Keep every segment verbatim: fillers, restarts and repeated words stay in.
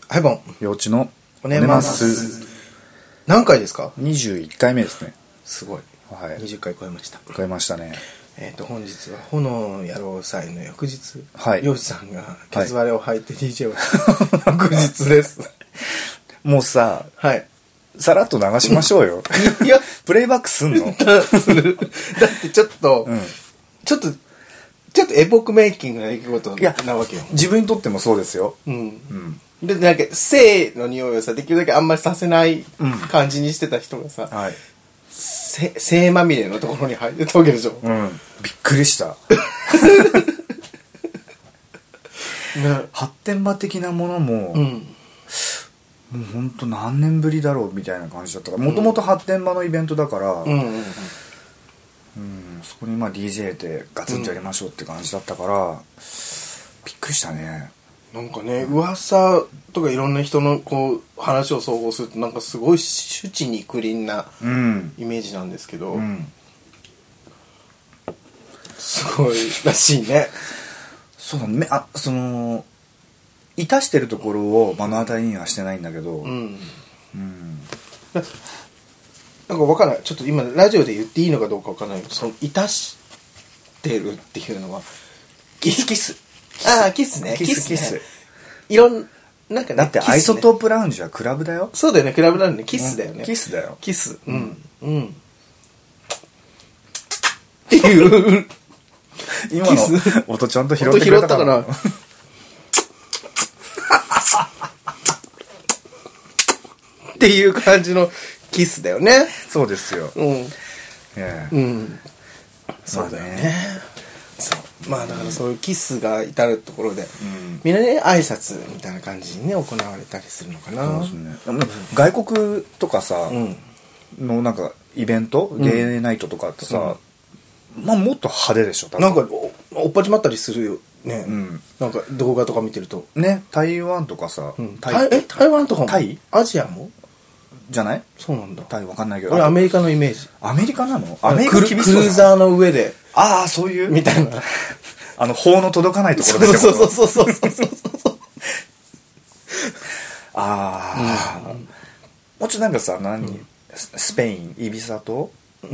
はい、ボン。 幼稚のおねます。何回ですか？ にじゅういっかいめですね。 すごい。 はい。 にじゅっかい超えました。 超えましたね。 えっと、本日は炎野郎祭の翌日。 はい。 幼稚さんがケツ割れを履いて ディージェー をした、はい、翌日です。 もうさ、 はい。 さらっと流しましょうよ。いや、プレイバックすんの？ する。だってちょっと、うん、ちょっと、ちょっとエポックメイキングな出来事なわけよ。 自分にとってもそうですよ。 うん。うんで、なんか、性の匂いをさ、できるだけあんまりさせない感じにしてた人がさ、うんはい、性まみれのところに入ってたわけでしょ。 うん。びっくりした。発展場的なものも、うん、もうほんと何年ぶりだろうみたいな感じだったから、もともと発展場のイベントだから、うんうんうんうん、そこにまあ ディージェー でガツンとやりましょうって感じだったから、うん、びっくりしたね。 なんかね、噂とかいろんな人のこう話を総合するとなんかすごい周知肉林なイメージなんですけど、うん、すごいらしいね。 そうだね。あ、そのいたしてるところを目の当たりにはしてないんだけど、うん、うん、 なんか分からない。ちょっと今ラジオで言っていいのかどうか分からないけど、そのいたしてるっていうのはキスキス。 ああ、キスね。 キスキス。 ね、いろん、なんかね。 だってアイソトープラウンジはクラブだよ。 そうだよね、クラブなんで、キスだよね。 うん、キスだよ。 キス。うん。うん。っていう。 今の音ちゃんと拾ってくれたかな。 っていう感じのキスだよね。 そうですよ。 うん。 yeah. うん。そうだよね。そうまあだからそういうキスが至るところで、うん、みんなね挨拶みたいな感じにね行われたりするのかな。 そうですね。うん、外国とかさ、うん、のなんかイベント、うん、ゲイナイトとかってさ、うん、まあもっと派手でしょ。 なんか お, おっぱじまったりするよね、うん。なんか動画とか見てるとね、台湾とかさ、 うん、台え台湾とかもタイアジアもじゃない？ そうなんだ。 タイわかんないけど。 俺アメリカのイメージ。 アメリカなの？アメリカクルーザーの上で。 ああそういうみたいな。 あの法の届かないところですよ。 そうそうそうそうそうそうああ、うん、もうちょっとなんかさ何、うん、スペインイビサ島、うん、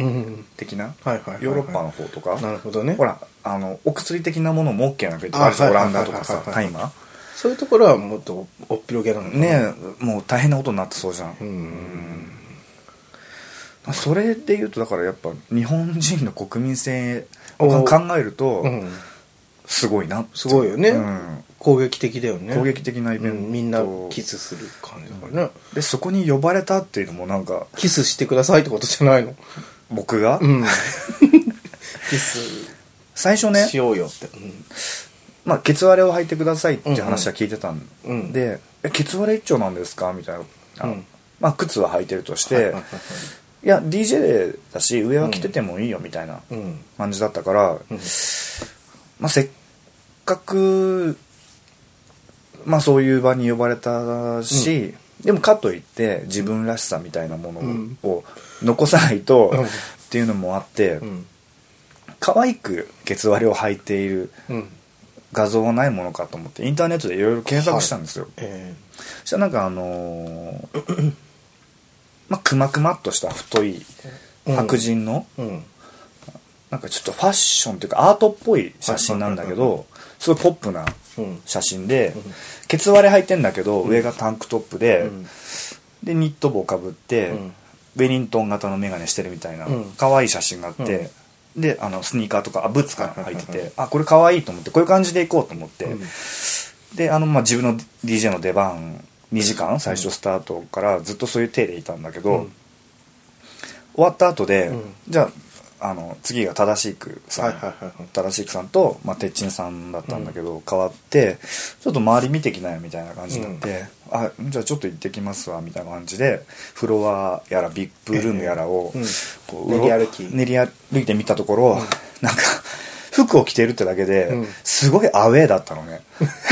的な、はいはいはいはい、ヨーロッパの方とか。 なるほどね。 ほらあのお薬的なものも OK な国とかあるじゃん。オランダとかさ大麻。 そういうところはもっとおっぴろげなのねえもう大変なことになってそうじゃん。うんうんそれで言うとだからやっぱ日本人の国民性を考えると、うん、すごいな。 すごいよね、うん、攻撃的だよね。 攻撃的なイベント、うん、 みんなキスする感じだからね、うん、 でそこに呼ばれたっていうのもなんかキスしてくださいってことじゃないの？ 僕が、うん、 キス最初ねしようよって、うん、 まあケツ割れを履いてくださいって話は聞いてたんで、うんうん、えケツ割れ一丁なんですかみたいな、うん、まあ靴は履いてるとして、はいはいはいはい、いや ディージェー だし上は着ててもいいよみたいな感じだったから、うんうん、まあ、せっかく、まあ、そういう場に呼ばれたし、うん、でもかといって自分らしさみたいなものを残さないと、うん、っていうのもあって、うん、可愛くケツ割れを履いている画像はないものかと思ってインターネットでいろいろ検索したんですよ、はいえー、そしたらなんかあのーまあ、くまくまっとした太い白人の、うんうん、なんかちょっとファッションというかアートっぽい写真なんだけどすごいポップな写真で、うん、ケツ割れ履いてんだけど、うん、上がタンクトップで、うん、でニット帽かぶって、うん、ウェリントン型のメガネしてるみたいな、うん、可愛い写真があって、うん、であのスニーカーとかあブーツか履いててあこれ可愛いと思ってこういう感じでいこうと思って、うん、であの、まあ、自分の ディージェー の出番にじかん最初スタートからずっとそういう体でいたんだけど、うん、終わった後で、うん、じゃあ、あの次が正しくさん、はいはいはいはい、正しくさんと、まあ、てっちんさんだったんだけど、うん、変わってちょっと周り見てきなよみたいな感じになって、うん、あじゃあちょっと行ってきますわみたいな感じでフロアやらビップルームやらを、えーこう練り歩き練り歩いてみたところ、うん、なんか服を着てるってだけで、うん、すごいアウェーだったのね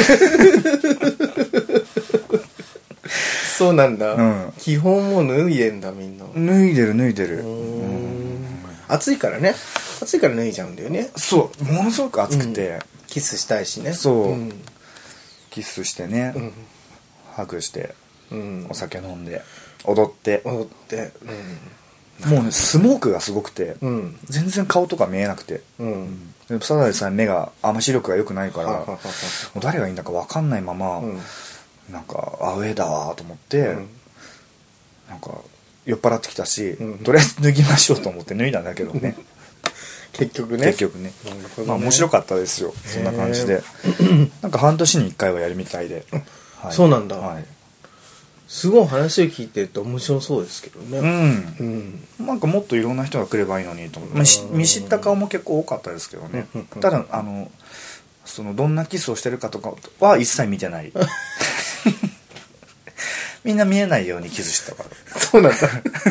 そうなんだ、うん、基本もう脱いでんだみんな。 脱いでる脱いでる。 暑いからね暑いから脱いじゃうんだよね。 そうものすごく暑くて、うん、 キスしたいしね。 そう、うん、キスしてね、うん、 ハグして、 うん、 お酒飲んで踊って踊って、 うん、もうねスモークがすごくて、 うん、 全然顔とか見えなくて、 うんうん、ただでさえ目があんま視力が良くないから、 ははははもう誰がいいんだか分かんないまま、 うん、 なんかアウェーだわと思って、うん、なんか酔っ払ってきたし、うん、とりあえず脱ぎましょうと思って脱いだんだけどね結局ね結局ね、ね、まあ面白かったですよ、そんな感じでなんか半年にいっかいはやるみたいで、 はい、そうなんだ、 はい、 すごい話を聞いてると面白そうですけどね、 うんうん、なんかもっといろんな人が来ればいいのにと思って、まあ、見知った顔も結構多かったですけどねただあのそのどんなキスをしてるかとかは一切見てないみんな見えないようにキスしてたからそうなんだ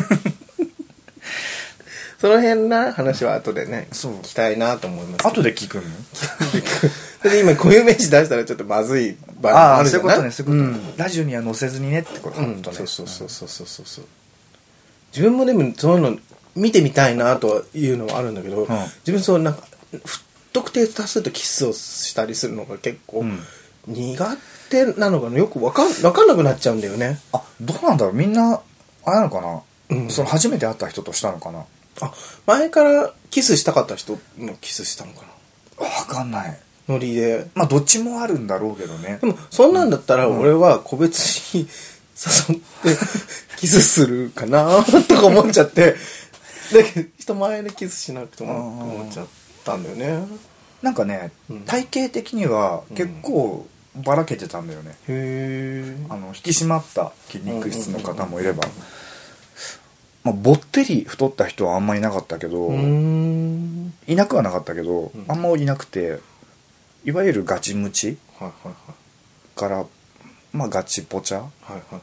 その辺な話は後でね聞きたいなと思います後で聞くので今固有名詞出したらちょっとまずい場合もあるじゃない。 ああそういうことね、そういうこと、うん、ラジオには載せずにねってことね、うん、 そうそうそうそうそうそう、自分もでもそういうの見てみたいなというのはあるんだけど、うん、自分そうなんか不特定多数とキスをしたりするのが結構苦手なのかな、よく分かん、分かんなくなっちゃうんだよね。 あ、どうなんだろう、みんなあれなのかな、うん、その初めて会った人としたのかな。 あ、前からキスしたかった人もキスしたのかな。分かんない。 ノリで。 まあどっちもあるんだろうけどね。 でもそんなんだったら俺は個別に誘ってキスするかなとか思っちゃって、だけど人前でキスしなくても思っちゃったんだよね。 なんかね、うん、体型的には結構ばらけてたんだよね。 うん、へー。あの引き締まった筋肉質の方もいれば、まあ、ぼってり太った人はあんまりいなかったけど、うーん、いなくはなかったけど、うん、あんまいなくて、いわゆるガチムチ、はいはいはい、からまあガチポチャ、はいはいはい、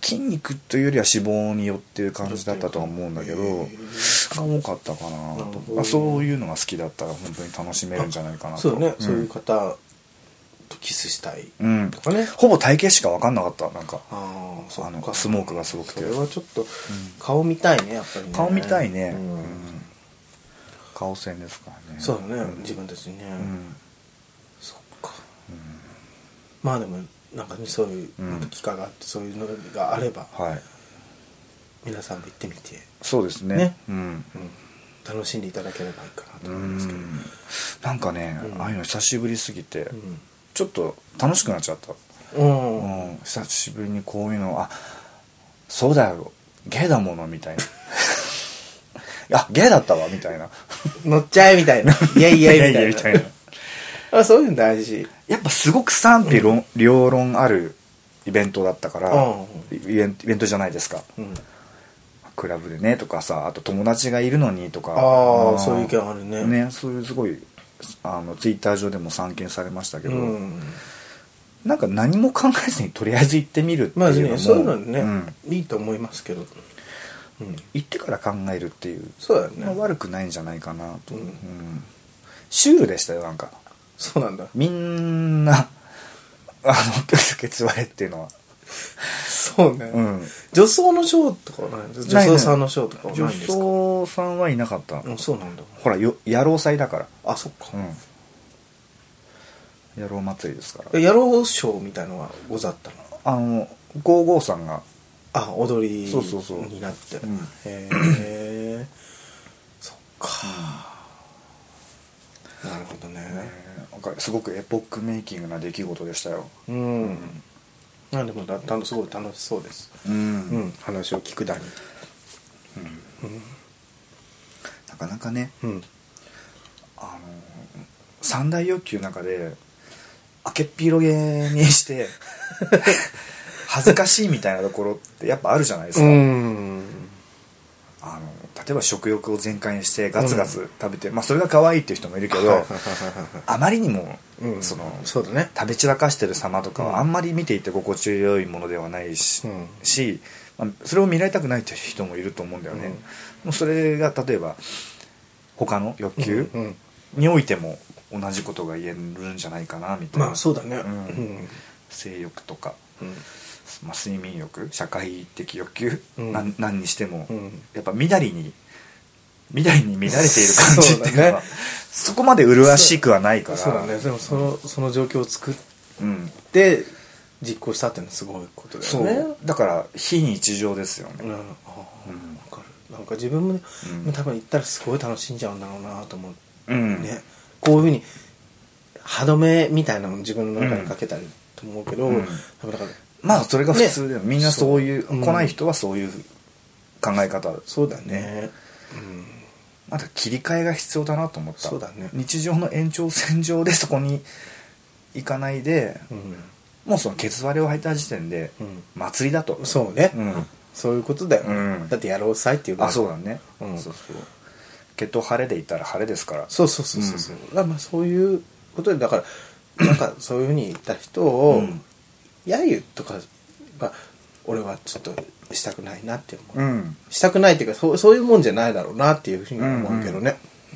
筋肉というよりは脂肪によってる感じだったとは思うんだけど、が多かったかなと、まあ、そういうのが好きだったら本当に楽しめるんじゃないかなと。 そうね、うん、そういう方とキスしたいとかね、うん、 ほぼ体型しか分かんなかった。なんかああ、 あのスモークがすごくて、 それはちょっと顔見たいね、やっぱりね。 顔見たいね、うんうん、顔線ですからね。 そうだね、うん、自分たちにね、うん、そっか、うん、まあでもなんかね、そういう機会があって、そういうのがあれば、はい、皆さんも行ってみて、 そうですね、 ね、うんうん、楽しんでいただければいいかなと思いますけど、 なんかね、うん、ああいうの久しぶりすぎて、うん、ちょっと楽しくなっちゃった、うんうん、久しぶりにこういうの、あ、そうだよ、ゲイだものみたいなあ、ゲイだったわみたいな乗っちゃえみたいな、イエイイエイみたいなあ、そういうの大事。 やっぱすごく賛否論、うん、両論あるイベントだったから、うん、イベント、イベントじゃないですか、うん、クラブでねとかさ、あと友達がいるのにとか、 ああ、そういう意見あるね。 ね、そういうすごいあのツイッター上でも散見されましたけど、うん、なんか何も考えずにとりあえず行ってみるっていうのも、まあね、 そういうのね、うん、いいと思いますけど、 うん、行ってから考えるっていう、 そうだよね、 まあ、悪くないんじゃないかなと、うんうん、シュールでしたよ、なんか。 そうなんだ。 みんなあのケツ割れっていうのはそうね、うん、女装のショーとかはないんですか？女装さんのショーとかはないんですか？ 女装さんはいなかった、 うん、そうなんだ。 ほらよ野郎祭だから。 あ、そっか、 うん、野郎祭りですから。 野郎ショーみたいのはござったの？ あのゴーゴーさんが、 あ、踊りそうそうそうになって、うん、へえそっか、うん、なるほどね。 なんかすごくエポックメイキングな出来事でしたよ。うん、うん、 なんでもだだすごい楽しそうです、うんうん、話を聞くだに、 うんうん、なかなかね、うん、あの三大欲求の中で明けっぴろげにして恥ずかしいみたいなところってやっぱあるじゃないですか。うん、あの例えば食欲を全開にしてガツガツ食べて、うん、まあそれが可愛いっていう人もいるけどあまりにも、うん、そのそうだね、 食べ散らかしてる様とかはあんまり見ていて心地よいものではないし、うん、し、まあ、それを見られたくないという人もいると思うんだよね、うん、もうそれが例えば他の欲求においても同じことが言えるんじゃないかなみたいな。 まあそうだね、うんうん、性欲とか、うん、まあ、睡眠欲、社会的欲求、うん、な何にしても、うん、やっぱみだりにみだりに乱れている感じっていうのは そ, う、ね、そこまで麗しくはないから。 そうだね。でもその、その状況を作って、うん、 実行したっていうのはすごいことだそよね。 うだから非日常ですよね。 うん、ああ、 うん分かる。なんか自分も、ねうん、 多分行ったらすごい楽しんじゃうんだろうなと思う、 うんね。こういうふうに歯止めみたいなのを自分の中にかけたりと思うけど、 うん、 多分だからまあそれが普通で、ね、みんなそういう、 そう、うん、 来ない人はそういう考え方、 そうだね、うん、 まだ切り替えが必要だなと思った。 そうだね。 日常の延長線上でそこに行かないで、 うん、 もうそのケツ割れを履いた時点で、うん、祭りだと。 そうね、 うん、 そういうことだよ、ね、うん、だってやろうさいっていうあ、そうだね、 うん、 そうそう、ケト晴れでいたら晴れですから。 そうそうそうそうそう、うん、まあそういうことで、だからなんかそういうふうに言った人を、うん、揶揄とかが俺はちょっとしたくないなって思う、うん、したくないっていうか、そう、そういうもんじゃないだろうなっていうふうに思うけどね、うんうん、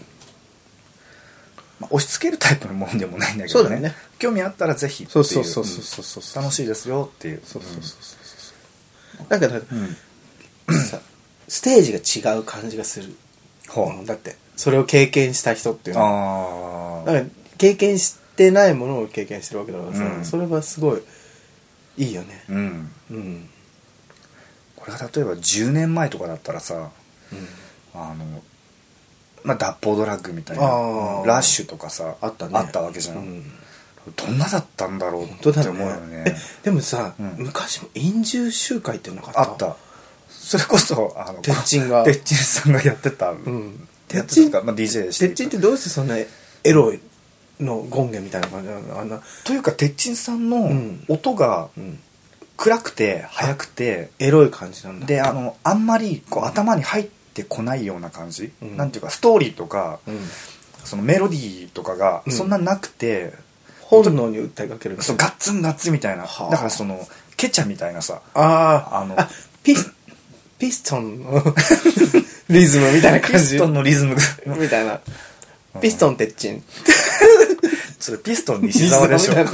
まあ、押し付けるタイプのもんでもないんだけど ね, そうだね、興味あったらぜひっていう、 そうそうそうそうそうそう、 楽しいですよっていう、 そうそうそうそう、だから、うん、さステージが違う感じがする、うん、だってそれを経験した人っていうのは、だから経験してないものを経験してるわけだからさ、うん、それはすごいいいよね、 うんうん、これが例えばじゅうねんまえとかだったらさ、うん、あのまあ脱法ドラッグみたいなラッシュとかさあった,、ね、 あったわけじゃん、うん、どんなだったんだろうって思うよね。 えでもさ、うん、昔も飲酒集会ってなかった？ あった。それこそあのてっちんがてっちんさんがやってた、うん、てっちんが、まあ、ディージェー しててっちんってどうしてそんなエロいの権限みたいな感じなの？あんなというかてっちんさんの音が暗くて速くて、 エロい感じなんだ。 であのあんまりこう頭に入ってこないような感じ、うん、なんていうかストーリーとか、うん、そのメロディーとかがそんななくて、 うん、本能に訴えかける、 そうガッツンガッツンみたいな、はあ、だからそのケチャみたいなさ、 ああのあピスピストンのリズムみたいな感じ、 ピストンのリズムみたいな、ピストンてっちんそれピストン西澤でしょ、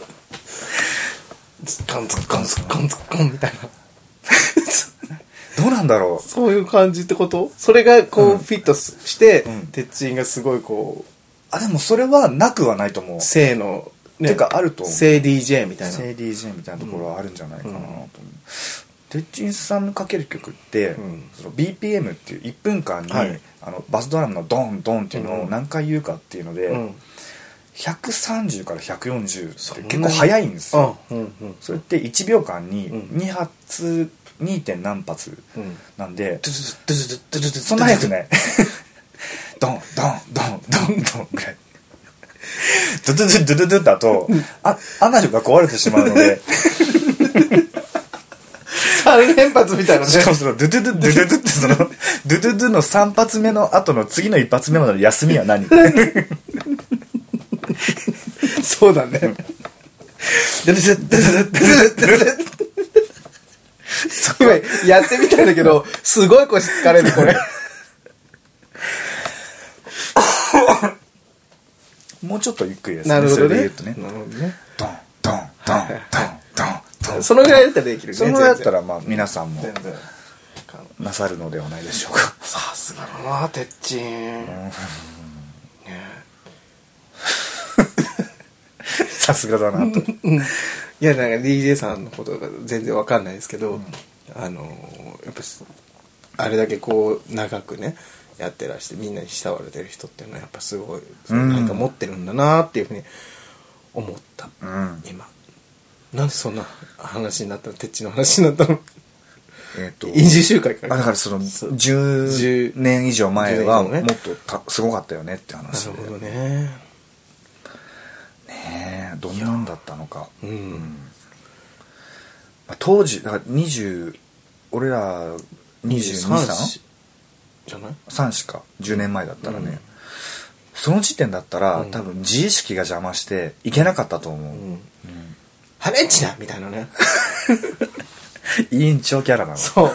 ズッコンズッコンズッコンズッコンみたいなどうなんだろう、 そういう感じってこと？それがこうフィットして、うん、てっちんがすごいこう、 あでもそれはなくはないと思う、 性の、 ね、てかあると思う、 性 ディージェー みたいな、 性 ディージェー みたいなところはあるんじゃないかなと思う、うんうん、てっちんさんのかける曲って、うん、その ビーピーエム っていういっぷんかんに、はい、あのバスドラムのドンドンっていうのを何回言うかっていうので、うん、ひゃくさんじゅうからひゃくよんじゅうって結構速いんですよ、うんうんうん、それっていちびょうかんにに発 に. 点何発なんで、うん、そんな速くないドンドンドンドンドンぐらいドゥドゥドゥドゥドゥだとあアナルが壊れてしまうのでさん連発みたいなね。 しかもそのドゥドゥドゥドゥドゥドゥってそのドゥドゥドゥのさん発目の後の次のいち発目までの休みは何そうだね。ドゥドゥドゥドゥドゥドゥドゥドゥ今やってみたんだけどすごい腰疲れるこれもうちょっとゆっくりですね。 なるほどね。 それで言うとね。なるほどね。ドンドンドンドンドンドン。 そのぐらいだったらできるね。 そのぐらいだったらまあ皆さんもなさるのではないでしょうか。 さすがだなてっちん。 さすがだなと。 いやなんか ディージェー さんのことが全然わかんないですけど、うん、あのやっぱあれだけこう長くね。やってらしてみんなに慕われてる人っていうのはやっぱすごい何か持ってるんだなっていうふうに思った、うん、今なんでそんな話になったのてっちの話になったのえっと飲酒集会からあだからそのじゅうねん以上前はもっとたすごかったよねって話でなるほどねねえどんなんだったのか、うんうんまあ、当時だからにじゅう俺らにじゅうに、さんじゃないさん子かじゅうねんまえだったらね、うん、その時点だったら、うん、多分自意識が邪魔していけなかったと思う、うんうん、 ハレンチだみたいなね委員長キャラなのそう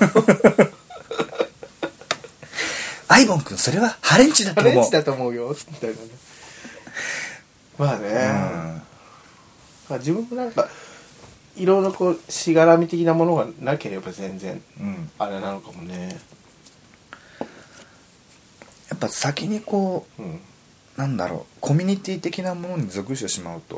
アイボン君それはハレンチだと思うハレンチだと思うよみたいなねまあね、うん、自分もなんかいろいろこうしがらみ的なものがなければ全然、うん、あれなのかもねやっぱ先にこう、うん、なんだろうコミュニティ的なものに属してしまうと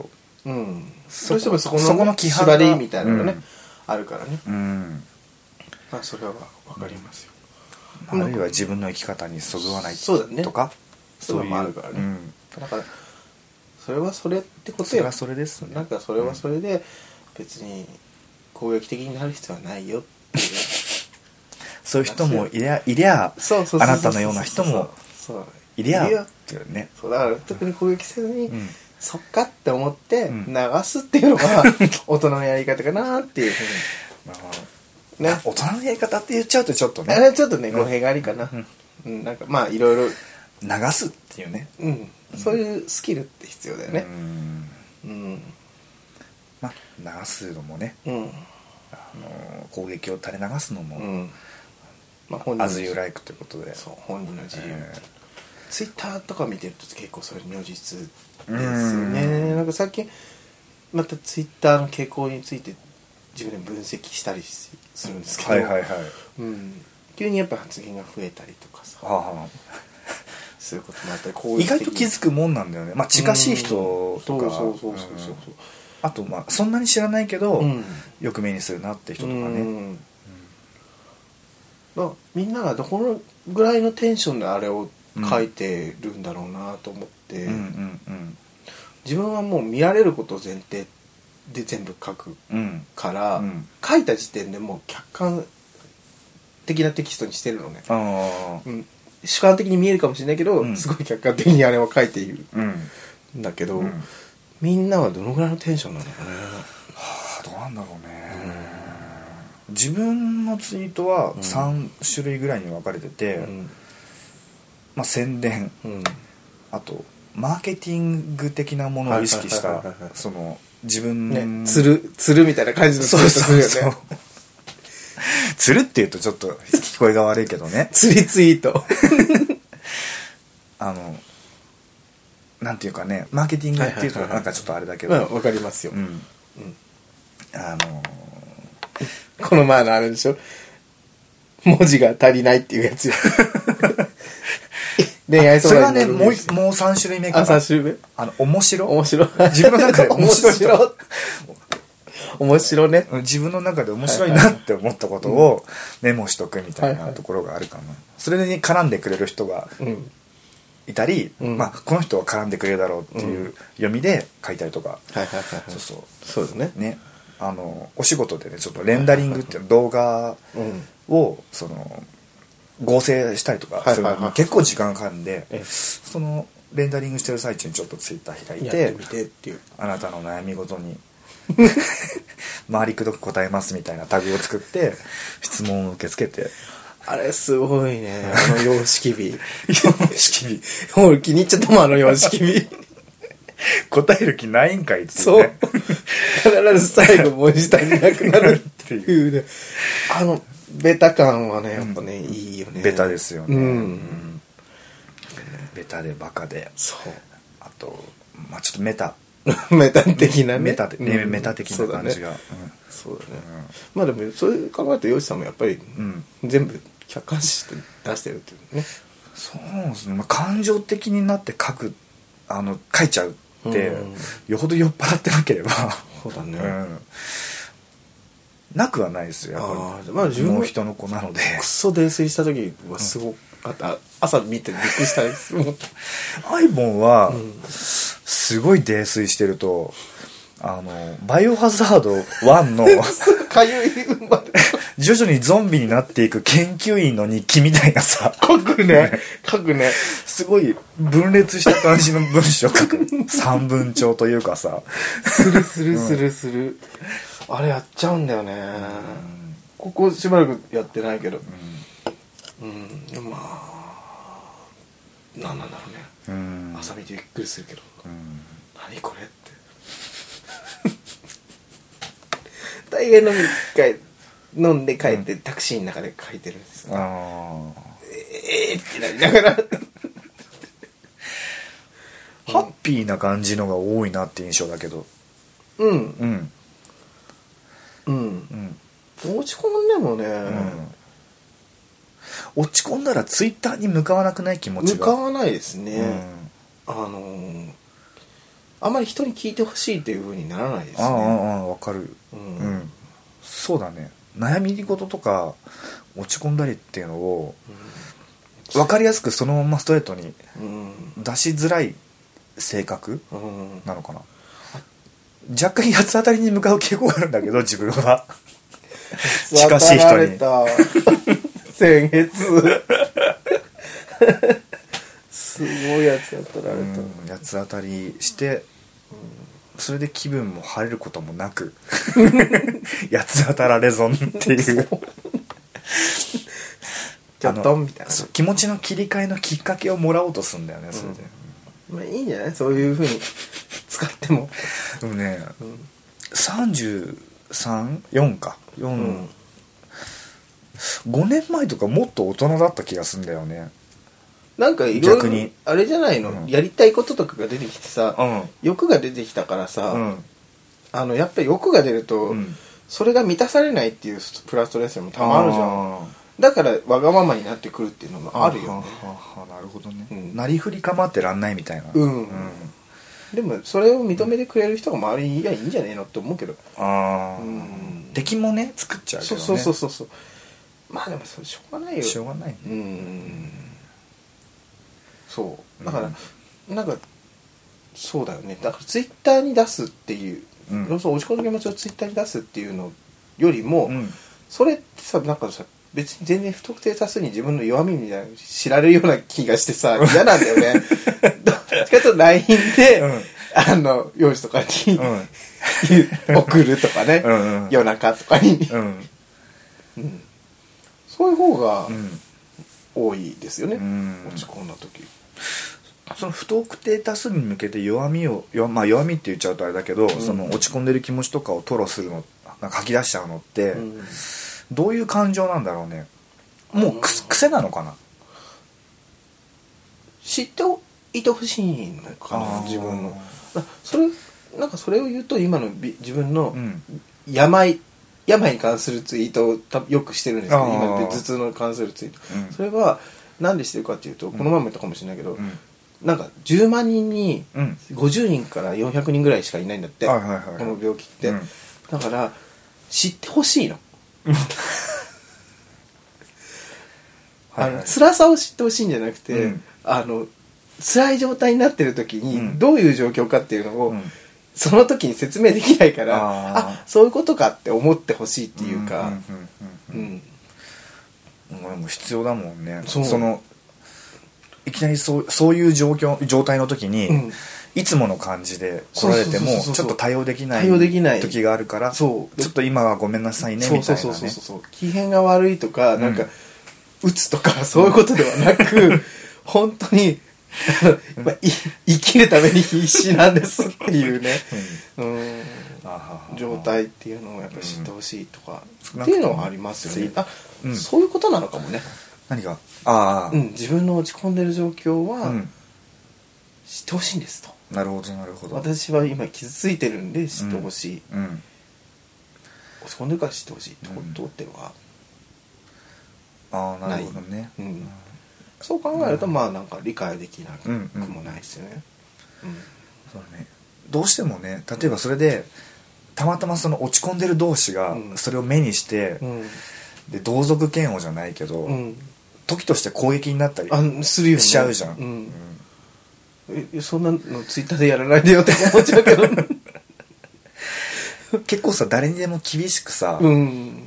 うん、 そどうしてもそこの、 そこの規範が縛りみたいなのがね、 うん、 あるからね、 うん、 まあそれは分かりますよ、 あるいは自分の生き方にそぐわないそうだねとか、 そういうのもあるからね、 うん、 だからそれはそれってことよ。 それはそれですね。 なんかそれはそれで別に攻撃的になる必要はないよっていうそういう人もいりゃいりゃあなたのような人もいりゃっていうね。 そうだから特に攻撃せずに、 うん、 そっかって思って流すっていうのが大人のやり方かなっていうふうに、 まあね、大人のやり方って言っちゃうとちょっとね、 あれちょっとね語弊がありかな、うんうん、なんかまあいろいろ流すっていうね、 うん、そういうスキルって必要だよね。うん、うん、 まあ流すのもね、うん、あの攻撃を垂れ流すのも、うん、まあ本人 as you like ということで、 そう本人の自由、えー、ツイッターとか見てると結構それ如実ですよね。なんか最近またツイッターの傾向について自分で分析したりするんですけど、 はいはいはい、 うん、急にやっぱ発言が増えたりとかさ、はあそういうこともあったり、こういう意外と気づくもんなんだよね。まあ近しい人とか、 そうそうそうそうそう、 あとまあそんなに知らないけど、うん、よく目にするなって人とかね、うんうん、みんながどこのぐらいのテンションであれを書いてるんだろうなと思って、うんうんうんうん、自分はもう見られることを前提で全部書くから、うんうん、書いた時点でもう客観的なテキストにしてるのね。あ、うん、主観的に見えるかもしれないけど、うん、すごい客観的にあれは書いている、うん、だけど、うん、みんなはどのぐらいのテンションなのかね。 はあ、どうなんだろうね、うん、自分のツイートはさん種類ぐらいに分かれてて、うん、まあ宣伝、うん、あとマーケティング的なものを意識したその自分ね、釣る釣るみたいな感じのツイートするよね。そうそうそう釣るって言うとちょっと聞こえが悪いけどね。 釣りツイートあのなんていうかね、マーケティングっていうとなんかちょっとあれだけど、 まあ、わかりますよ、うんうん、 あのー、この前のあれでしょ、文字が足りないっていうやつよ恋愛相談にそれはね、もうもうさん種類目かな。 あ、さん種類目、 あの面白面白自分の中で面白い面白面白ね、 自分の中で面白いなって思ったことをメモしとくみたいなところがあるかな。それに絡んでくれる人がいたり、うん、まあこの人は絡んでくれるだろうっていう読みで書いたりとか、 はいはいはい、 そうそうそうですね。 ね、あのお仕事でねちょっとレンダリングっていう動画をその合成したりとかするのに結構時間かかるんで、そのレンダリングしてる最中にちょっとツイッター開いて、 やってみてっていう、 あなたの悩み事に回りくどく答えますみたいなタグを作って質問を受け付けて、 あれすごいね、あの様式美様式美俺気に入っちゃったもん、あの様式美答える気ないんかいっていうね。 そう必ず最後文字足りなくなるっていうねあのベタ感はねやっぱね、うん、いいよね。 ベタですよね、うんうん、ベタでバカで、 そう、 あとまあちょっとメタメタ的なね、 メタで、ね、うん、メタ的な感じが、 そうだね、うん、まあでもそういう考えるとヨシさんもやっぱり、うん、全部客観視して出してるっていうね。 そうですね、まあ、感情的になって書くあの書いちゃうって、うん、よほど酔っ払ってなければそうだね、うん、 なくはないですよやっぱり、まあ、自分も人の子なのでクソ泥酔した時はすごかった、うん、朝見てびっくりしたりするアイボンは、うん、すごい泥酔してるとあのバイオハザードワンのかゆい生まれ徐々にゾンビになっていく研究員の日記みたいなさ書くね書くねすごい分裂した感じの文章書く三文帳というかさするするするする、うん、あれやっちゃうんだよね、うん、ここしばらくやってないけどうん、うん、まあ何なんだろうね、うん、朝見てびっくりするけど、うん、何これって大概飲み一回飲んで帰って、うん、タクシーの中で書いてるんですよ、ね、あえーってなりながらハッピーな感じのが多いなって印象だけどうんうんうん、うん、落ち込んでもね、うん、 落ち込んだらツイッターに向かわなくない気持ちが向かわないですね、うん、あのーあんまり人に聞いてほしいっていう風にならないですね。 ああああ分かる、 うん、 うん、そうだね。悩み事とか落ち込んだりっていうのを、うん、分かりやすくそのままストレートに出しづらい性格なのかな、うん、若干八つ当たりに向かう傾向があるんだけど自分は近しい人に先月すごいやつ当たられた、うん、 八つ当たりして、うん、それで気分も晴れることもなく八つ当たられ損っていうちょっとみたいな気持ちの切り替えのきっかけをもらおうとするんだよね、それで、 うん、まあいいんじゃない、そういう風に使っても。 でもね、うん、さんじゅうさん、よんかよん、うん、ごねんまえとかもっと大人だった気がするんだよね。 なんかいろいろあれじゃないの、うん、やりたいこととかが出てきてさ、うん、欲が出てきたからさ、うん、あのやっぱり欲が出ると、うん、それが満たされないっていうプラストレスもたまるじゃん。だからわがままになってくるっていうのもあるよね。 ははなるほどね、うん、なりふり構ってらんないみたいな、 うん、うん、でもそれを認めてくれる人が周りにいりゃいいんじゃねえのって思うけど、 あ、うん、敵もね作っちゃうけどね。 そうそうそうそう。まあでもそれしょうがないよ。 しょうがない、ね、 うん、そうだから、うん、なんかそうだよね。だからツイッターに出すっていう、うん、そう落ち込んだ気持ちをツイッターに出すっていうのよりも、うん、それってさ、なんかさ別に全然不特定多数に自分の弱みみたいなの知られるような気がしてさ嫌なんだよね。どっちかというと ライン で、うん、あの用紙とかに、うん、送るとかね、うんうん、夜中とかに、うんうん、そういう方が多いですよね、うん、落ち込んだ時。 その不特定多数に向けて弱みを、まあ、弱みって言っちゃうとあれだけど、うん、その落ち込んでる気持ちとかを吐露するの、なんか吐き出しちゃうのって、うん、どういう感情なんだろうね。もうく、うん、癖なのかな。 知っていてほしいのかな、自分の。それなんかそれを言うと今の自分の病、うん、病に関するツイートをよくしてるんですけど、今頭痛の関するツイート、うん、それはなんでしてるかっていうと、この前も言ったかもしれないけど、うん、なんかじゅうまんにんにごじゅうにんからよんひゃくにんぐらいしかいないんだって、うん、この病気って、うん、だから知ってほしいの。あの辛さを知ってほしいんじゃなくて、うん、あの辛い状態になってる時にどういう状況かっていうのを、うん、その時に説明できないから、ああそういうことかって思ってほしいっていうか、 もう必要だもんね。そそのいきなりそう、そういう状況状態の時に、うん、いつもの感じで来られてもちょっと対応できない時があるから、そうちょっと今はごめんなさいねみたいなね。 機嫌が悪いとか、うん、なんか打つとかそういうことではなく本当にまあ、生きるために必死なんですっていうね、うん、状態っていうのをやっぱ知ってほしいとか、うん、っていうのはありますよね。あ、うん、そういうことなのかもね。 何があ、 うん、自分の落ち込んでる状況は知ってほしいんですと。 なるほどなるほど。 私は今傷ついてるんで知ってほしい、うんうん、落ち込んでるから知ってほしいってことってはああなるほどね、 うん、そう考えると、うん、まあなんか理解できなくもないですよね、うんうんうん、 そうだね。どうしてもね、例えばそれでたまたまその落ち込んでる同士がそれを目にして、うん、で同族嫌悪じゃないけど、うん、時として攻撃になったりするよ、ね、しちゃうじゃん、うんうん、えそんなのツイッターでやらないでよって思っちゃうけど結構さ誰にでも厳しくさ、うん、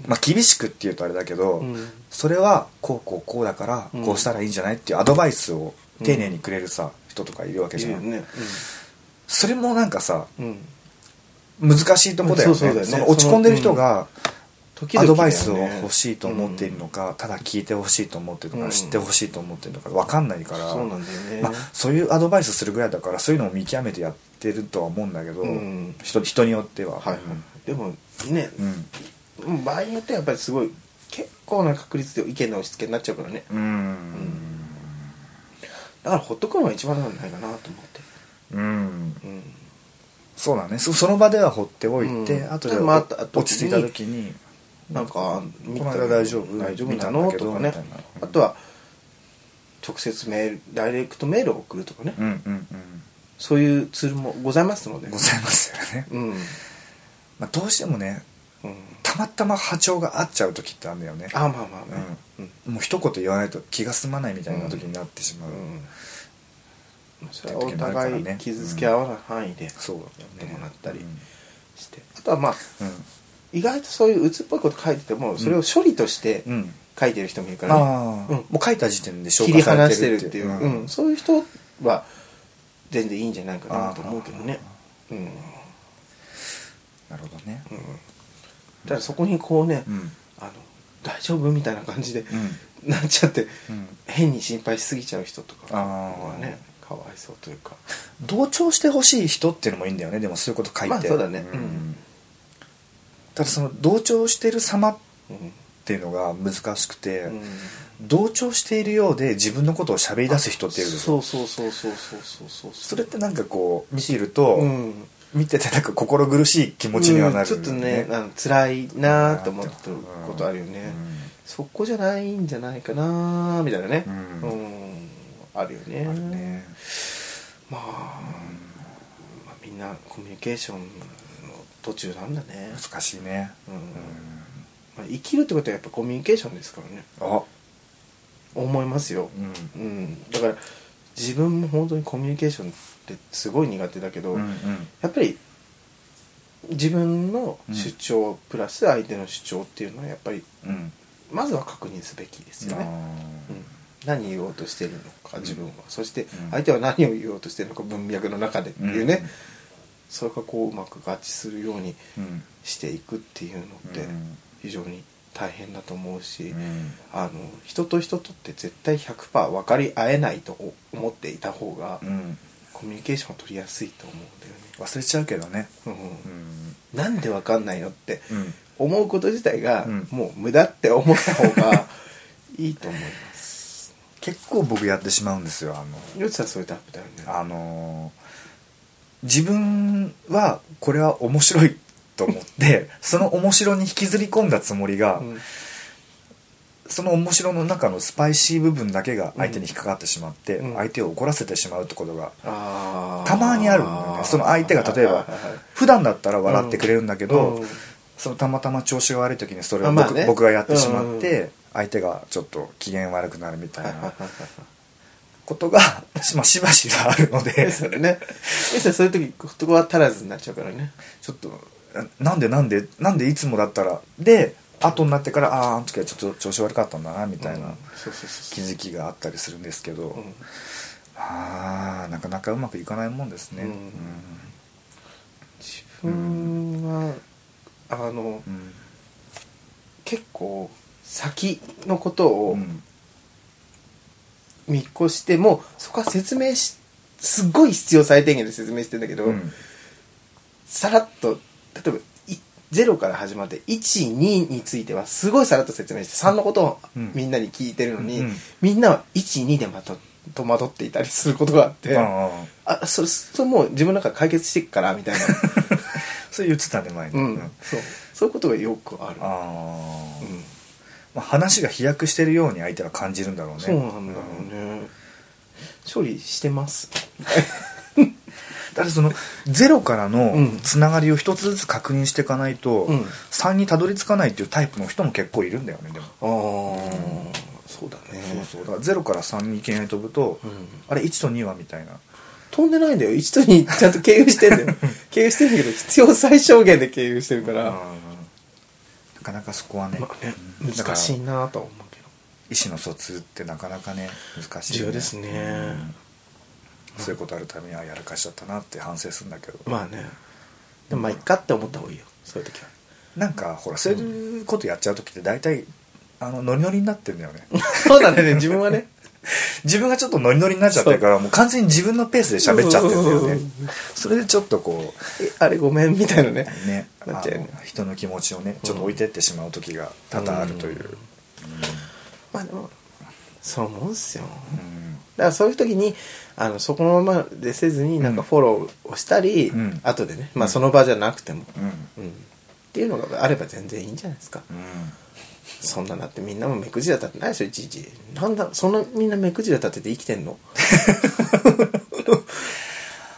まあ厳しくって言うとあれだけど、うん、それはこうこうこうだからこうしたらいいんじゃないっていうアドバイスを丁寧にくれるさ、うん、人とかいるわけじゃん、ねうん、それもなんかさ、うん、難しいとこだよね。そうそうだよね。その落ち込んでる人がアドバイスを欲しいと思っているのか、うん、ただ聞いてほしいと思ってるのか、うん、知ってほしいと思ってるのか分かんないから、そうなんだよね、まあ、そういうアドバイスするぐらいだからそういうのを見極めてやってるとは思うんだけど、うん、人, 人によっては、はいはい、 でもね、うん、場合によってはやっぱりすごい結構な確率で意見の押し付けになっちゃうからね、うん、うん、だからほっとくのが一番なんじゃないかなと思って、うん、うん、 そうだね。 そ, その場では放っておいて、うん、後で、まあ、落ち着いた時になんかこの間大丈夫大丈夫なのとかね、あとは直接メールダイレクトメールを送るとかね、うんうんうん、 そういうツールもございますので。 ございますよね。うん。まあ、どうしてもね、うん、たまたま波長が合っちゃう時ってあるんだよね。 あ、まあまあね。 うんうん、もう一言言わないと気が済まないみたいな時になってしまう。うんうん、それはお互い傷つけ合わない範囲でやってもらったりして、あとはまあ、うん、意外とそういう鬱っぽいこと書いててもそれを処理として書いてる人もいるからね、 うん、もう書いた時点で消化されてるっていう、切り離してるっていう、うんうん、そういう人は全然いいんじゃないかなと思うけどね。うん、 なるほどね。 うん、ただそこにこうね、うん、あの大丈夫みたいな感じで、うん、なっちゃって、うん、変に心配しすぎちゃう人とかはね、かわいそうというか、 同調してほしい人っていうのもいいんだよね。でもそういうこと書いて、 まあそうだね、 うん、ただその同調してる様っていうのが難しくて、うん、同調しているようで自分のことを喋り出す人っているでしょ。 そうそうそうそうそうそうそう。 それってなんかこう見ていると、うん、見ててなんか心苦しい気持ちにはなる、ね、 うん、ちょっとね、あの辛いなと思ってることあるよね、うん、そこじゃないんじゃないかなみたいなね、うん、うん、あるよね。あるね。まあ、うん、まあみんなコミュニケーションの途中なんだね。 難しいね、うん、うん、 まあ、生きるってことはやっぱコミュニケーションですからね。 あ、 思いますよ、うんうん、だから自分も本当にコミュニケーションってすごい苦手だけど、うんうん、やっぱり自分の主張、うん、プラス相手の主張っていうのはやっぱり、うん、まずは確認すべきですよね、うん、何言おうとしてるのか自分は、うん、そして相手は何を言おうとしてるのか文脈の中でっていうね、うん、それがこううまく合致するようにしていくっていうのって非常に大変だと思うし、うん、あの人と人とって絶対 ひゃくパーセント 分かり合えないと思っていた方が、うん、コミュニケーションを取りやすいと思うんだよね。 忘れちゃうけどね、うんうん、 なんで分かんないのって思うこと自体がもう無駄って思った方がいいと思います。 結構僕やってしまうんですよ。あのヨッチさんそういうタイプだよね。 あの自分はこれは面白いと思ってその面白に引きずり込んだつもりが、うん、その面白の中のスパイシー部分だけが相手に引っかかってしまって、うん、相手を怒らせてしまうってことがたまにあるんだよね。その相手が例えば普段だったら笑ってくれるんだけど、うん、そのたまたま調子が悪い時にそれを 僕,、ね、僕がやってしまって、うん、相手がちょっと機嫌悪くなるみたいなことがまあしばしばあるのでそれね、そういう時言葉足らずになっちゃうからね。 ちょっとなんでなんでなんでいつもだったらで後になってからあああの時はちょっと調子悪かったんだなみたいな気づきがあったりするんですけど、うん、ああなかなかうまくいかないもんですね、うんうん、 自分は、うん、あの、うん、結構先のことを見越してもそこは説明しすっごい必要最低限で説明してんだけど、うん、さらっと例えばゼロから始まっていち、にについてはすごいさらっと説明してさんのことをみんなに聞いてるのに、うん、みんなはいち、にでまと戸惑っていたりすることがあって、うん、あそれそれもう自分の中で解決していくからみたいなそれ言ってたね前に、うん、 そうそういうことがよくある。 あ、うんまあ、話が飛躍してるように相手は感じるんだろうね。 そうなんだろうね、うん、処理してますだってそのゼロからのつながりを一つずつ確認していかないと、うん、さんにたどり着かないっていうタイプの人も結構いるんだよね。でもああ、うん、そうだね。 そうそう、だからゼロからさんにいきなり飛ぶと、うん、あれいちとにはみたいな飛んでないんだよ。いちとにちゃんと経由してんだよ経由してんだけど必要最小限で経由してるから、うん、なかなかそこはね、まあ、ね難しいなとは思うけど、 意思の疎通ってなかなかね難しい、ね、 重要ですね、うんそういうことあるためにはやらかしちゃったなって反省するんだけど、 まあね、でもまあいっかって思った方がいいよ、そういう時は。 なんかほらそういうことやっちゃう時って大体あのノリノリになってんだよねそうだね、自分はね自分がちょっとノリノリになっちゃってるからもう完全に自分のペースで喋っちゃってるんだよね。それでちょっとこうえあれごめんみたいなねねなっちゃうね。人の気持ちをねちょっと置いてってしまう時が多々あるという、うんうん、 まあでもそう思うんすよ、うんだからそういう時にあのそこのままでせずになんかフォローをしたり、うん、後でね、まあ、その場じゃなくても、うんうん、っていうのがあれば全然いいんじゃないですか、うん、そんななってみんなも目くじら立ってないでしょいちいち。なんだそんなみんな目くじら立てて生きてんの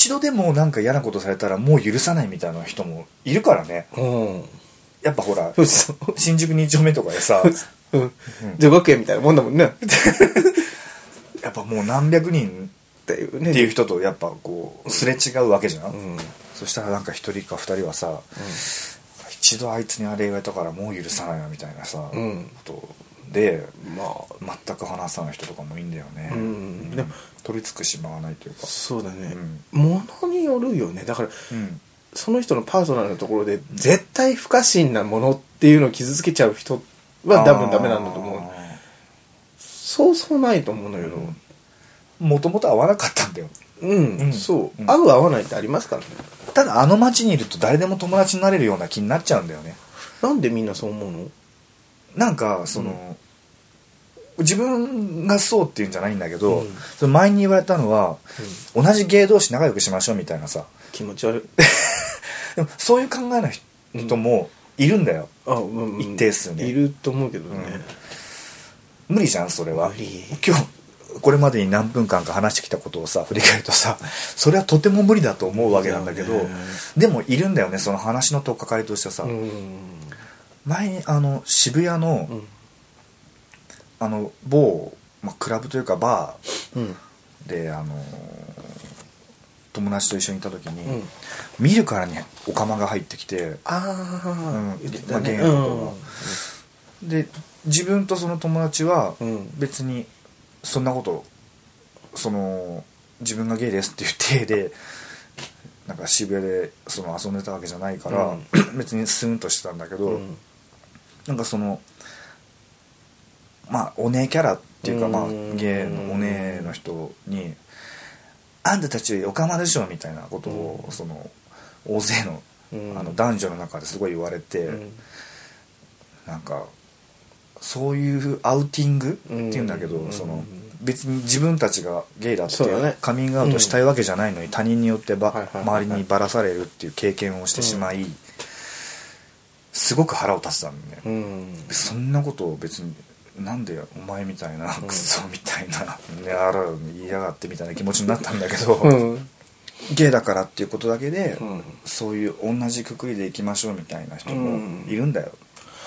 一度でもなんか嫌なことされたらもう許さないみたいな人もいるからね、うん、やっぱほら新宿に丁目とかでさうん女学園みたいなもんだもんねやっぱもう何百人っていうねっていう人とやっぱこうすれ違うわけじゃん、うん、そしたらなんか一人か二人はさ、うん、一度あいつにあれ言われたからもう許さないなみたいなさ、うん、ことで、まあ、全く話さない人とかもいいんだよね、うんうん、でも取り付く島がないというかそうだね、うん、ものによるよねだから、うん、その人のパーソナルなところで絶対不可侵なものっていうのを傷つけちゃう人は多分ダメなんだと思うそうそうないと思うんだけどもともと合わなかったんだようん、うん、そう、うん、合う合わないってありますからねただあの街にいると誰でも友達になれるような気になっちゃうんだよねなんでみんなそう思うのなんかその、うん、自分がそうっていうんじゃないんだけど、うん、その前に言われたのは、うん、同じ芸同士仲良くしましょうみたいなさ気持ち悪いでもそういう考えの人もいるんだよ、うん、あうん、一定数ねいると思うけどね、 うん、無理じゃんそれは今日これまでに何分間か話してきたことをさ振り返るとさそれはとても無理だと思うわけなんだけどでもいるんだよねその話の取っかかりとしてさ、うん、前にあの渋谷の、うん、あの某、まあ、クラブというかバーで、うん、あの友達と一緒にいた時に、うん、見るからにオカマが入ってきてああ、うん言ってたね、まあ、うん、で自分とその友達は別にそんなことその自分がゲイですっていう体でなんか渋谷でその遊んでたわけじゃないから、うん、別にスンとしてたんだけど、うん、なんかそのまあお姉キャラっていうか、まあゲイのお姉の人にあんたたちオカマでしょみたいなことを、うん、その大勢の、うん、あの男女の中ですごい言われて、うん、なんかそういうアウティングっていうんだけど、うん、その別に自分たちがゲイだってカミングアウトしたいわけじゃないのに、他人によってば周りにばらされるっていう経験をしてしまい、すごく腹を立てたんだよね、うん、そんなことを別になんでお前みたいなクソみたいな、うん、ねあら言いやがってみたいな気持ちになったんだけど、うん、ゲイだからっていうことだけで、うん、そういう同じくくりでいきましょうみたいな人もいるんだよ。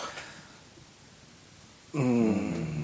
うん、うん、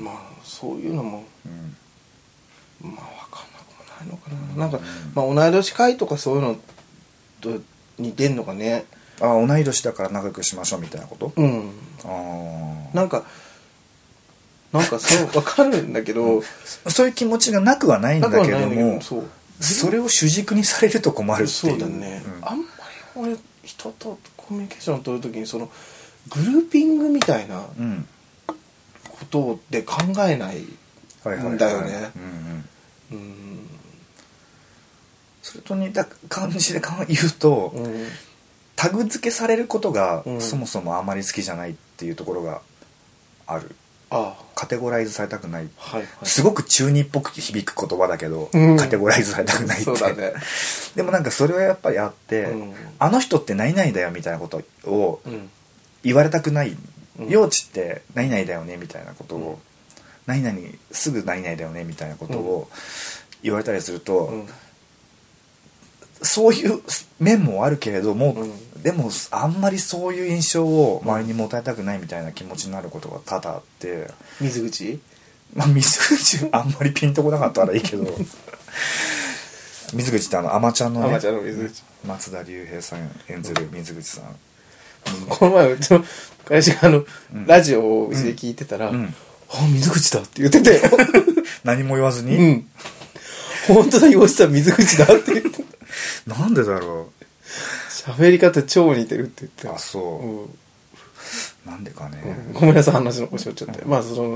まあそういうのも、うん、まあ分かんなくもないのかな、うん、なんか、まあ、同い年会とかそういうのと似てんのかね。 ああ同い年だから仲良くしましょうみたいなこと、うん、 あなんかなんかそう分かるんだけど、うん、 そういう気持ちがなくはないんだけども、そうそれを主軸にされると困るっていう。 そうだね、うん、あんまり俺人とコミュニケーションを取るときにそのグルーピングみたいなことで考えないんだよね。 それと似た感じで言うと、うん、タグ付けされることがそもそもあまり好きじゃないっていうところがある。ああカテゴライズされたくない、はいはい、すごく中二っぽく響く言葉だけど、うん、カテゴライズされたくないってそうだ、ね、でもなんかそれはやっぱりあって、うん、あの人って何々だよみたいなことを言われたくない、うん、幼稚って何々だよねみたいなことを、うん、何々すぐ何々だよねみたいなことを言われたりすると、うん、そういう面もあるけれども、うん、でもあんまりそういう印象を周りに持たれたくないみたいな気持ちになることが多々あって。 水口？ まあ水口あんまりピンとこなかったらいいけど水口ってあのアマちゃんのね、アマちゃんの水口、松田龍平さん演ずる水口さん、 うん、この前うちの会社があの、うん、ラジオをうちで聞いてたら、うんうん、あ水口だって言ってたよ何も言わずに、 うん、本当だ洋一さん水口だって言ってなんでだろう喋り方超似てるって言ってあそう、うん、なんでかね、 うん、ごめんなさい話の腰をちゃって、うん、まあその、うん、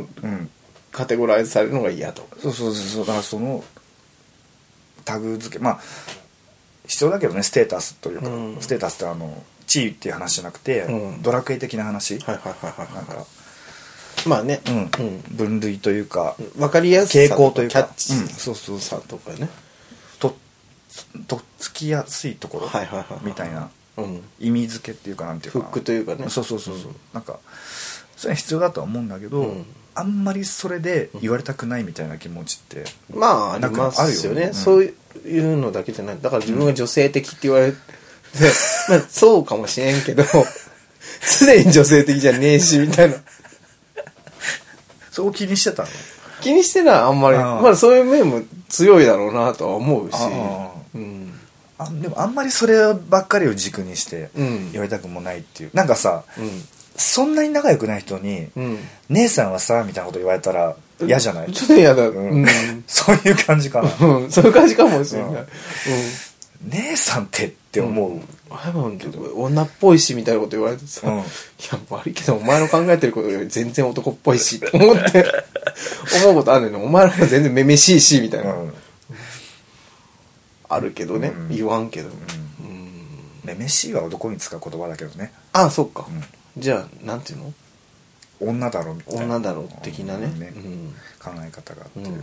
カテゴライズされるのが嫌とそうそうそうだからそのタグ付けまあ必要だけどねステータスというか、うん、ステータスってあの地位っていう話じゃなくて、うん、ドラクエ的な話はいはいはいはいなんかまあね、 うんうん、分類というか分かりやすさ傾向というかキャッチ、うん、そうそうさとかねととっつきやすいところみたいな意味付けっていうかなんていうかフックというかねそうそうそうそう、うん、なんかそれは必要だとは思うんだけど、うん、あんまりそれで言われたくないみたいな気持ちって、 うん、まあありますよね、うん、そういうのだけじゃない。だから自分が女性的って言われて、うん、まあそうかもしれんけど常に女性的じゃねえしみたいなそこ気にしてたの？ 気にしてないあんまり。あまあそういう面も強いだろうなとは思うし、あ、 うん、あでもあんまりそればっかりを軸にして言われたくもないっていう、なんかさ、うん、そんなに仲良くない人に、うん、姉さんはさみたいなこと言われたら嫌じゃない？ ちょっと嫌だ、うん、 そういう感じかな、 うん、そういう感じかもしれない、うんうん、 姉さんってって思う、うん、 女っぽいしみたいなこと言われてさ、うん、いや悪いけどお前の考えてることより全然男っぽいしって思って思うことあるのに、お前の方が全然めめしいしみたいな、うん、あるけどね、うん、言わんけど、うんうん、めめしいは男に使う言葉だけどね。 ああそっか、うん、じゃあなんていうの、 女だろみたいな、 女だろ的なね、 ね、うん、考え方があって、うん、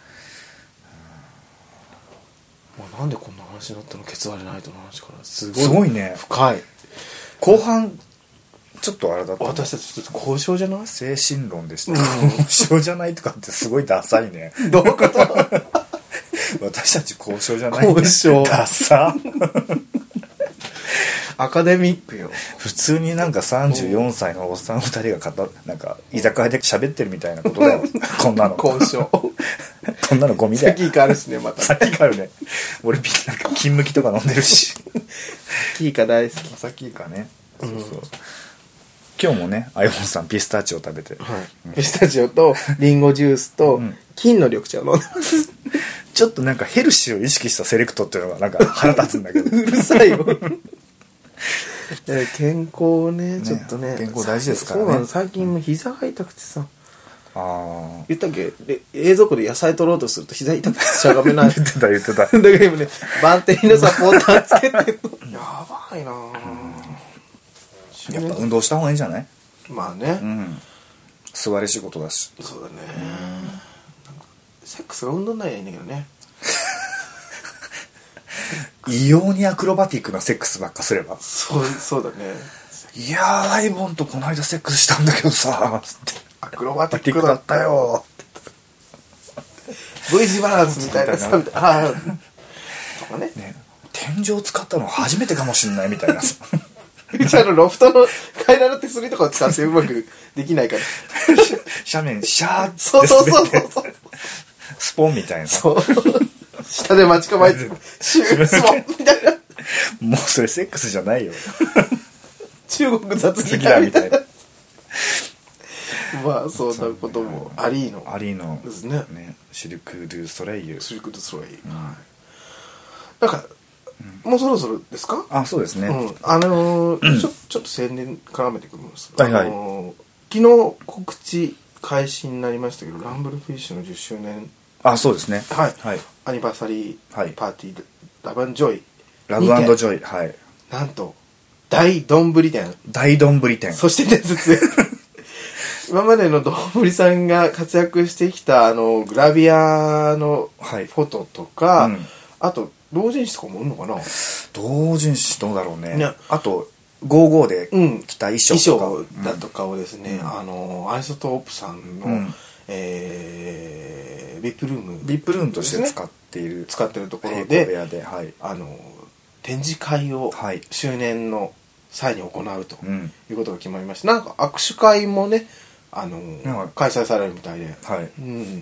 まあ、なんでこんな話になったの、ケツ割れないとの話からすごい、 すごいね、 深い。 後半ちょっとあれだった、 私たちちょっと交渉じゃない、 精神論でした、うん、交渉じゃないとかってすごいダサいねどういうこと私たち交渉じゃない、 交渉ダサアカデミックよ。 普通になんかさんじゅうよんさいのおっさんふたりが語なんか居酒屋で喋ってるみたいなことだよこんなの交渉こんなのゴミだよ。 さっきからあるしね、またさっきからあるね。俺なんか金麦とか飲んでるしキーカ大好き。 さっきかね、そうそう、うん、今日もね、アイボンさんピスタチオ食べて、 はい、うん、ピスタチオとリンゴジュースと金の緑茶を飲んでますちょっとなんかヘルシーを意識したセレクトっていうのがなんか腹立つんだけどうるさいよ健康ね、ちょっとね、 健康大事ですからね。 そうなの、最近も膝が痛くてさ、 あ言ったっけ、冷蔵庫で野菜取ろうとすると膝痛くてしゃがめない言ってた言ってただから今ね、バンテリンのサポーターつけてるやばいな、うん、 やっぱ運動した方がいいんじゃない？ まあね、 うん、座り仕事だし。 そうだね、うん、なんかセックスが運動ないらいいんだけどね異様にアクロバティックなセックスばっかすれば。 そう、そうだね。 いやー、アイボンとこの間セックスしたんだけどさアクロバティックだったよ V 字バランスみたいなさみたいなあとか ね, ね天井使ったの初めてかもしんないみたいなさうちあのロフトの階段の手すりとかを使ってうまくできないから斜面シャーッてそうそうそうそうスポンみたいな、 そう下で待ち構えてシュースポンみたいなもうそれセックスじゃないよ中国雑技団みたいなまあそんなこともありのありのですね。 ね、シルク・ドゥ・ソレイユシルク・ドゥ・ソレイユ、うん、なんか、うん、もうそろそろですか？ あ、そうですね、 うん、あのーうん、ちょちょっと宣伝絡めてくるんですが、 はいはい、 あのー、昨日告知開始になりましたけど、ランブルフィッシュのじゅっしゅうねん、 あ、そうですね、 はい、はい、アニバーサリーパーティー、ラブ&ジョイラブ&ジョイ、はい、 なんと大丼店大丼店そして伝説今までの丼さんが活躍してきたあのグラビアのフォトとか、はい、うん、あと同人誌とかもあるのかな。 同人誌どうだろうね。あとゴーゴーで着た衣装とか、 うん、衣装だとかをですね、うん、あのアイソトープさんの、うん、えー、ビップルーム、 ビップルームとして使っている、 使ってるところで、 部屋で、はい、あの展示会を周年の際に行うということが決まりまして、なんか握手会もね、あのー、開催されるみたいで、 はい、 うん、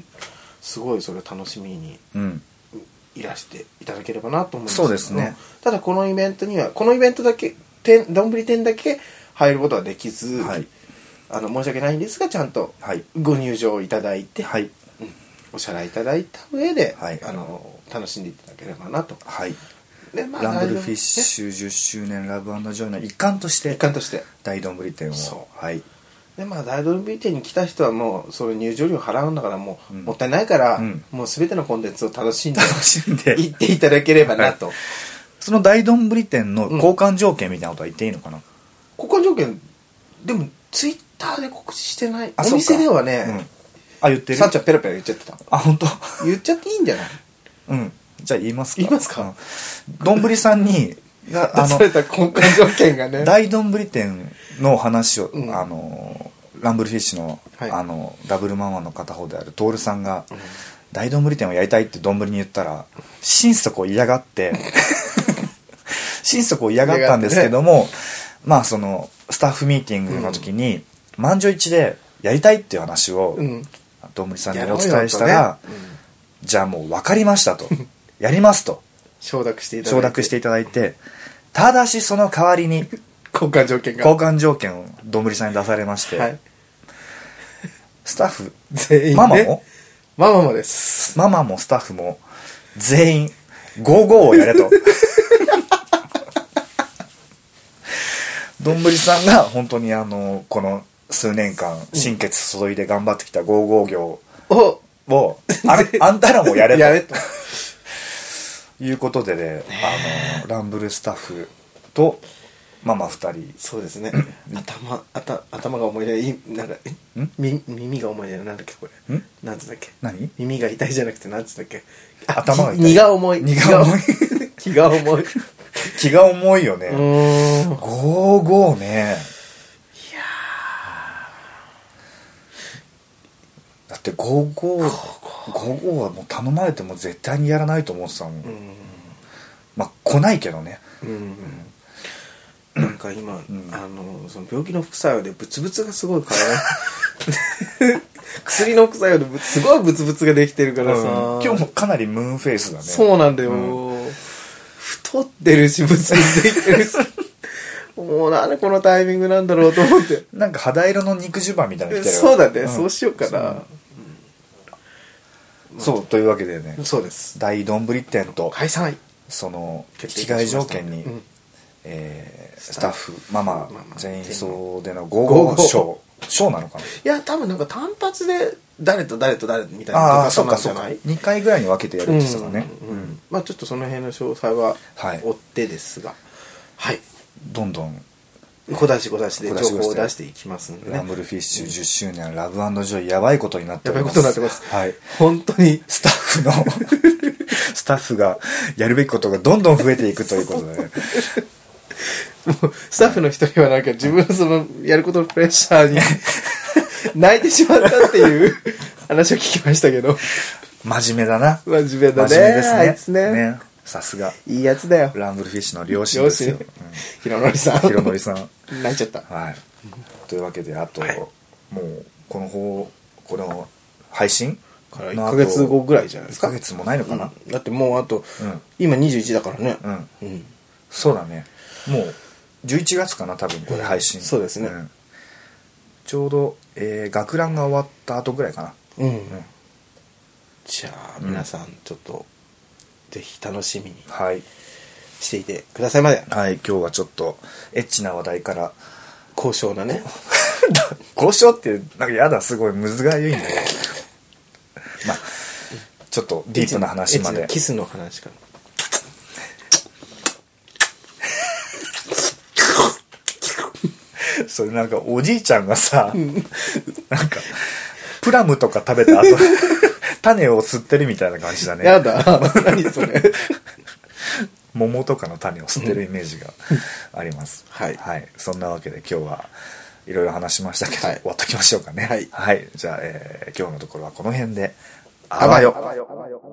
すごいそれを楽しみにいらしていただければなと思いますけど、 そうですね。 ただこのイベントにはこのイベントだけ丼店だけ入ることはできず、はい、あの申し訳ないんですがちゃんとご入場いただいて、はい、うん、お支払いいただいた上で、はい、あの楽しんでいただければなと、 はい、 でまあ、 ランブルフィッシュじゅっしゅうねんラブ&ジョイの一環として一環として大丼店を、そう、はい、 でまあ大丼店に来た人はもうそれ入場料払うんだからもう、うん、もったいないから、うん、もう全てのコンテンツを楽しんで楽しんで行っていただければなと、はい、 その大丼店の交換条件みたいなことは言っていいのかな、うん、 交換条件でもツイッターで告知してない。お店ではね、うん、 あ、言ってる。 さんちゃんペラペラ言っちゃってた。 あ、本当。 言っちゃっていいんじゃない？ うん。じゃあ言いますか。 言いますか。 どんぶりさんにが出された交換条件がね。 大丼店の話を、うん、あのランブルフィッシュの、はい、あのダブルマンワンの片方であるトールさんが、うん、大丼店をやりたいって丼に言ったら心底嫌がって心底嫌がったんですけども、ね、まあそのスタッフミーティングの時に、うん、満場一致でやりたいっていう話を丼、うん、さんにお伝えしたら、ね、うん、じゃあもう分かりましたとやりますと承諾していただいて承諾していただいて、ただしその代わりに交換条件が交換条件を丼さんに出されまして、はい、スタッフ全員、ね、 ママもママもですママもスタッフも全員ごじゅうごをやれと丼さんが本当にあのこの数年間心血注いで頑張ってきたごじゅうご行をあ, あんたらもやれとやれということでね、あのランブルスタッフとママふたりそうですね頭あた頭が重いねなんかえみ耳が重いねなんだっけこれんなんつうんだっけ何耳が痛いじゃなくてなんつうんだっけ頭が痛い荷が重い荷が重い気が重い気が重いよねごじゅうごね。いやだってごじゅうご ごじゅうごはもう頼まれても絶対にやらないと思ってたもん。まあ来ないけどね。うん、うんなんか今、うん、あのその病気の副作用でブツブツがすごい体薬の副作用ですごいブツブツができてるからさ、うん、 今日もかなりムーンフェイスだね。 そうなんだよ、うん、太ってるしブツブツできてるしもうなんでこのタイミングなんだろうと思ってなんか肌色の肉襦袢みたいなの着てる。 そうだね、うん、そうしようかな、うんそう、まあ、というわけでねそうです大丼店と解散その引き換え条件に、うんえー、スタッフママ全員総でのごじゅうごショーショーなのかな。いや多分なんか単発で誰と誰と誰みたいなああそうかそうかにかいぐらいに分けてやるって言ってたからね、 うんうんうん、まあちょっとその辺の詳細は追ってですがはい、はい、 どんどん小出し小出しで情報を出していきますんでね。 ランブルフィッシュじゅっしゅうねんラブ&ジョイやばいことになっております。 やばいことになってます、 はい、 本当にスタッフのスタッフがやるべきことがどんどん増えていくということでねもうスタッフの一人はなんか自分のそのやることのプレッシャーに泣いてしまったっていう話を聞きましたけど真面目だな。 真面目だね。 真面目ですね。 あいつね。 ねさすがいいやつだよ。 ランブルフィッシュの両親ですよ。 ひろのりさん。 ひろのりさん。 泣いちゃった。 はい。というわけであと、はい、もうこの方この配信からいっかげつごぐらいじゃないですか。 いっかげつもないのかな。 うん、だってもうあと、うん、今にじゅういちだからね。 うん。うん、そうだね。もうじゅういちがつかな多分これ配信。 そうですね。うん、 ちょうど、えー、学ランが終わった後ぐらいかな。 うん。うん、じゃあ皆さんちょっと。ぜひ楽しみにしていてくださいまで。 はい、今日はちょっとエッチな話題から高尚なね高尚ってなんかやだすごいむずがゆいんだよまあちょっとディープな話までキスの話からそれなんかおじいちゃんがさなんかプラムとか食べた後種を吸ってるみたいな感じだね。 やだ何それ桃とかの種を吸ってるイメージがあります、 はい、 はい、そんなわけで今日はいろいろ話しましたけど、 はい、 終わっときましょうかね。 はい、 はい、じゃあ、えー、今日のところはこの辺であばよ。